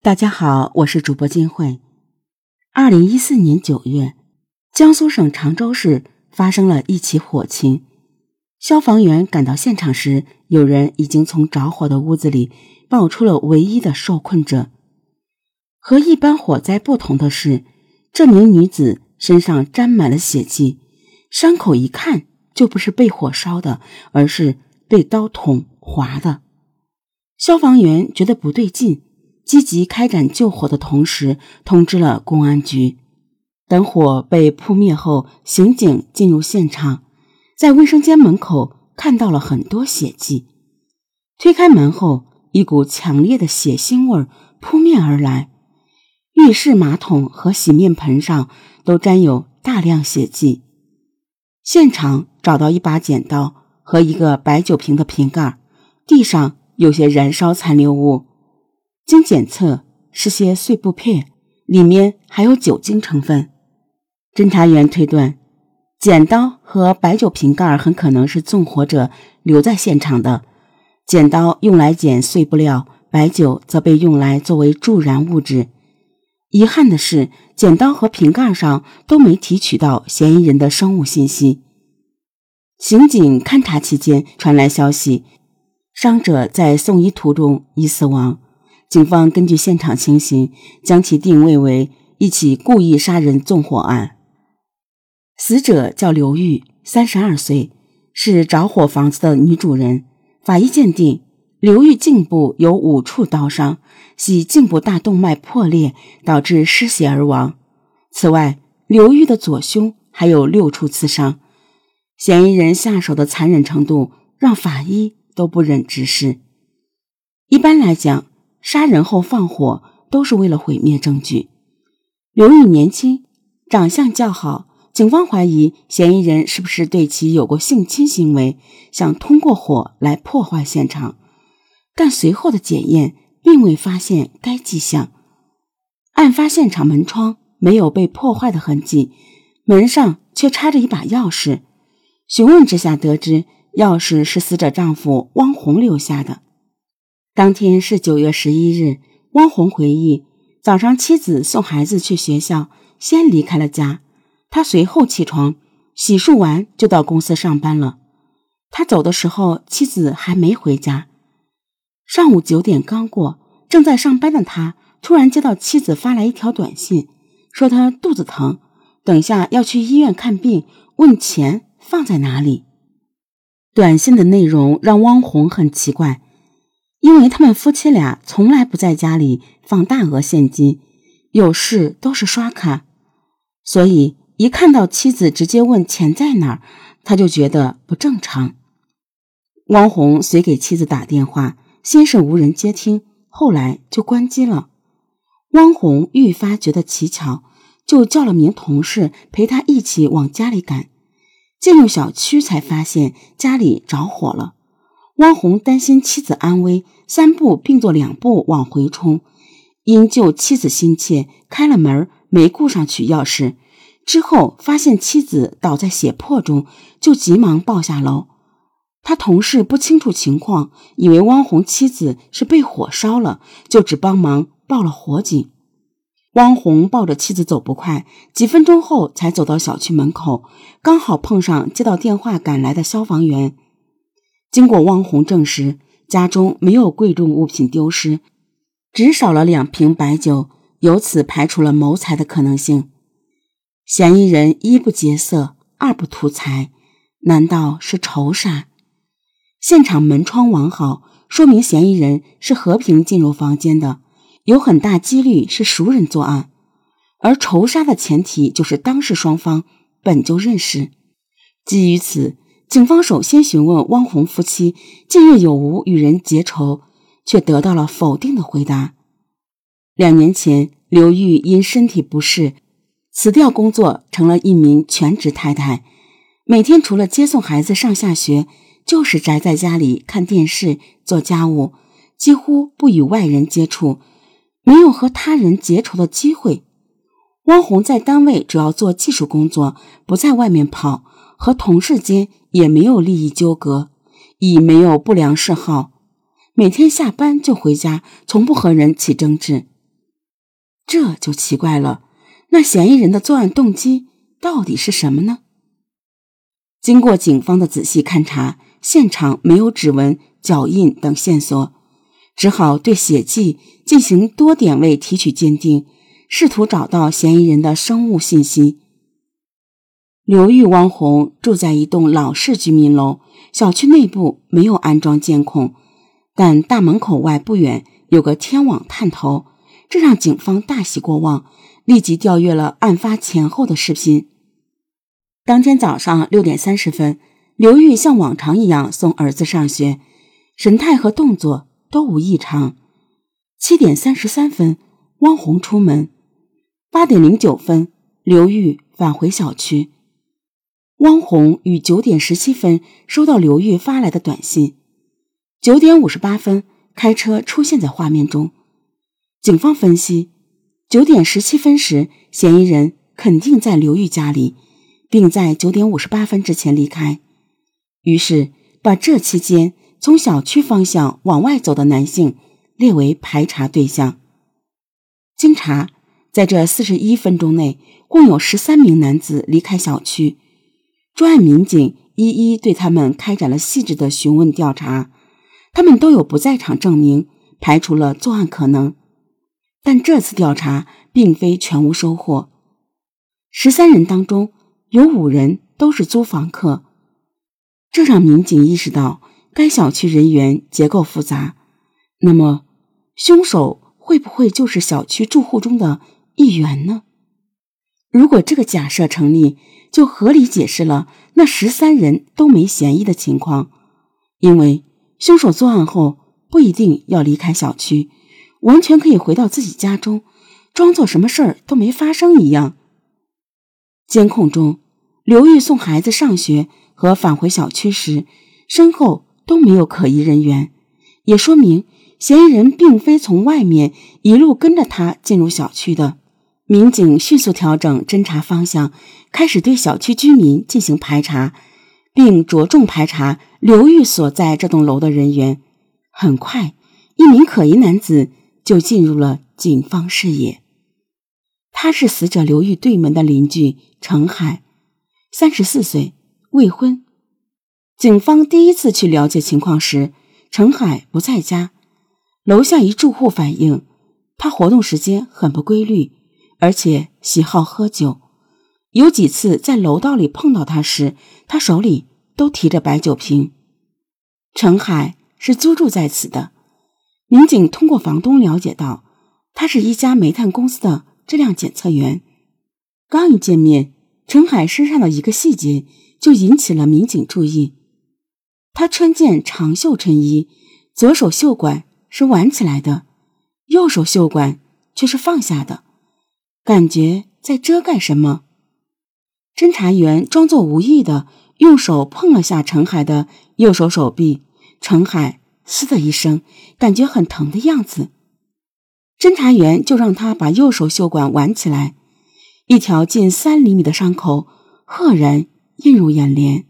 大家好，我是主播金慧。2014年9月，江苏省常州市发生了一起火情。消防员赶到现场时，有人已经从着火的屋子里抱出了唯一的受困者。和一般火灾不同的是，这名女子身上沾满了血迹，伤口一看就不是被火烧的，而是被刀捅划的。消防员觉得不对劲，积极开展救火的同时，通知了公安局。等火被扑灭后，刑警进入现场，在卫生间门口看到了很多血迹。推开门后，一股强烈的血腥味扑面而来，浴室马桶和洗面盆上都沾有大量血迹。现场找到一把剪刀和一个白酒瓶的瓶盖，地上有些燃烧残留物，经检测是些碎布片，里面还有酒精成分。侦查员推断，剪刀和白酒瓶盖很可能是纵火者留在现场的，剪刀用来剪碎布料，白酒则被用来作为助燃物质。遗憾的是，剪刀和瓶盖上都没提取到嫌疑人的生物信息。刑警勘查期间传来消息，伤者在送医途中已死亡。警方根据现场情形，将其定位为一起故意杀人纵火案。死者叫刘玉，32岁，是着火房子的女主人。法医鉴定，刘玉颈部有5处刀伤，系颈部大动脉破裂导致失血而亡。此外，刘玉的左胸还有6处刺伤。嫌疑人下手的残忍程度让法医都不忍直视。一般来讲，杀人后放火都是为了毁灭证据。刘玉年轻，长相较好，警方怀疑嫌疑人是不是对其有过性侵行为，想通过火来破坏现场。但随后的检验并未发现该迹象。案发现场门窗没有被破坏的痕迹，门上却插着一把钥匙。询问之下得知，钥匙是死者丈夫汪红留下的。当天是9月11日，汪红回忆，早上妻子送孩子去学校，先离开了家，他随后起床，洗漱完就到公司上班了。他走的时候，妻子还没回家。上午9点刚过，正在上班的他突然接到妻子发来一条短信，说他肚子疼，等下要去医院看病，问钱放在哪里。短信的内容让汪红很奇怪，因为他们夫妻俩从来不在家里放大额现金，有事都是刷卡，所以一看到妻子直接问钱在哪儿，他就觉得不正常。汪红随给妻子打电话，先是无人接听，后来就关机了。汪红愈发觉得蹊跷，就叫了名同事陪他一起往家里赶。进入小区才发现家里着火了。汪红担心妻子安危，3步并作2步往回冲，因救妻子心切，开了门，没顾上取钥匙。之后发现妻子倒在血泊中，就急忙抱下楼。他同事不清楚情况，以为汪红妻子是被火烧了，就只帮忙报了火警。汪红抱着妻子走不快，几分钟后才走到小区门口，刚好碰上接到电话赶来的消防员。经过汪红证实，家中没有贵重物品丢失，只少了2瓶白酒，由此排除了谋财的可能性。嫌疑人一不劫色，二不图财，难道是仇杀？现场门窗完好，说明嫌疑人是和平进入房间的，有很大几率是熟人作案。而仇杀的前提就是当事双方本就认识。基于此，警方首先询问汪红夫妻近日有无与人结仇，却得到了否定的回答。2年前，刘玉因身体不适辞掉工作，成了一名全职太太，每天除了接送孩子上下学，就是宅在家里看电视做家务，几乎不与外人接触，没有和他人结仇的机会。汪红在单位主要做技术工作，不在外面跑，和同事间也没有利益纠葛，亦没有不良嗜好，每天下班就回家，从不和人起争执。 这就奇怪了，那嫌疑人的作案动机到底是什么呢？经过警方的仔细勘查，现场没有指纹、脚印等线索，只好对血迹进行多点位提取鉴定，试图找到嫌疑人的生物信息。刘玉、汪红住在一栋老式居民楼，小区内部没有安装监控，但大门口外不远有个天网探头，这让警方大喜过望，立即调阅了案发前后的视频。当天早上6点30分，刘玉像往常一样送儿子上学，神态和动作都无异常。7点33分，汪红出门。8点09分，刘玉返回小区。汪红于9点17分收到刘玉发来的短信，9点58分开车出现在画面中。警方分析，9点17分时，嫌疑人肯定在刘玉家里，并在9点58分之前离开。于是把这期间从小区方向往外走的男性列为排查对象。经查，在这41分钟内，共有13名男子离开小区。专案民警一一对他们开展了细致的询问调查，他们都有不在场证明，排除了作案可能。但这次调查并非全无收获。13人当中有5人都是租房客，这让民警意识到该小区人员结构复杂。那么，凶手会不会就是小区住户中的一员呢？如果这个假设成立，就合理解释了那13人都没嫌疑的情况，因为凶手作案后不一定要离开小区，完全可以回到自己家中，装作什么事儿都没发生一样。监控中，刘玉送孩子上学和返回小区时，身后都没有可疑人员，也说明嫌疑人并非从外面一路跟着他进入小区的。民警迅速调整侦查方向，开始对小区居民进行排查，并着重排查刘玉所在这栋楼的人员。很快，一名可疑男子就进入了警方视野。他是死者刘玉对门的邻居程海，34岁，未婚。警方第一次去了解情况时，程海不在家。楼下一住户反映，他活动时间很不规律，而且喜好喝酒，有几次在楼道里碰到他时，他手里都提着白酒瓶。程海是租住在此的，民警通过房东了解到，他是一家煤炭公司的质量检测员。刚一见面，程海身上的一个细节就引起了民警注意。他穿件长袖衬衣，左手袖管是挽起来的，右手袖管却是放下的，感觉在遮盖什么。侦查员装作无意的用手碰了下程海的右手手臂，程海嘶的一声，感觉很疼的样子。侦查员就让他把右手袖管挽起来，一条近3厘米的伤口赫然映入眼帘。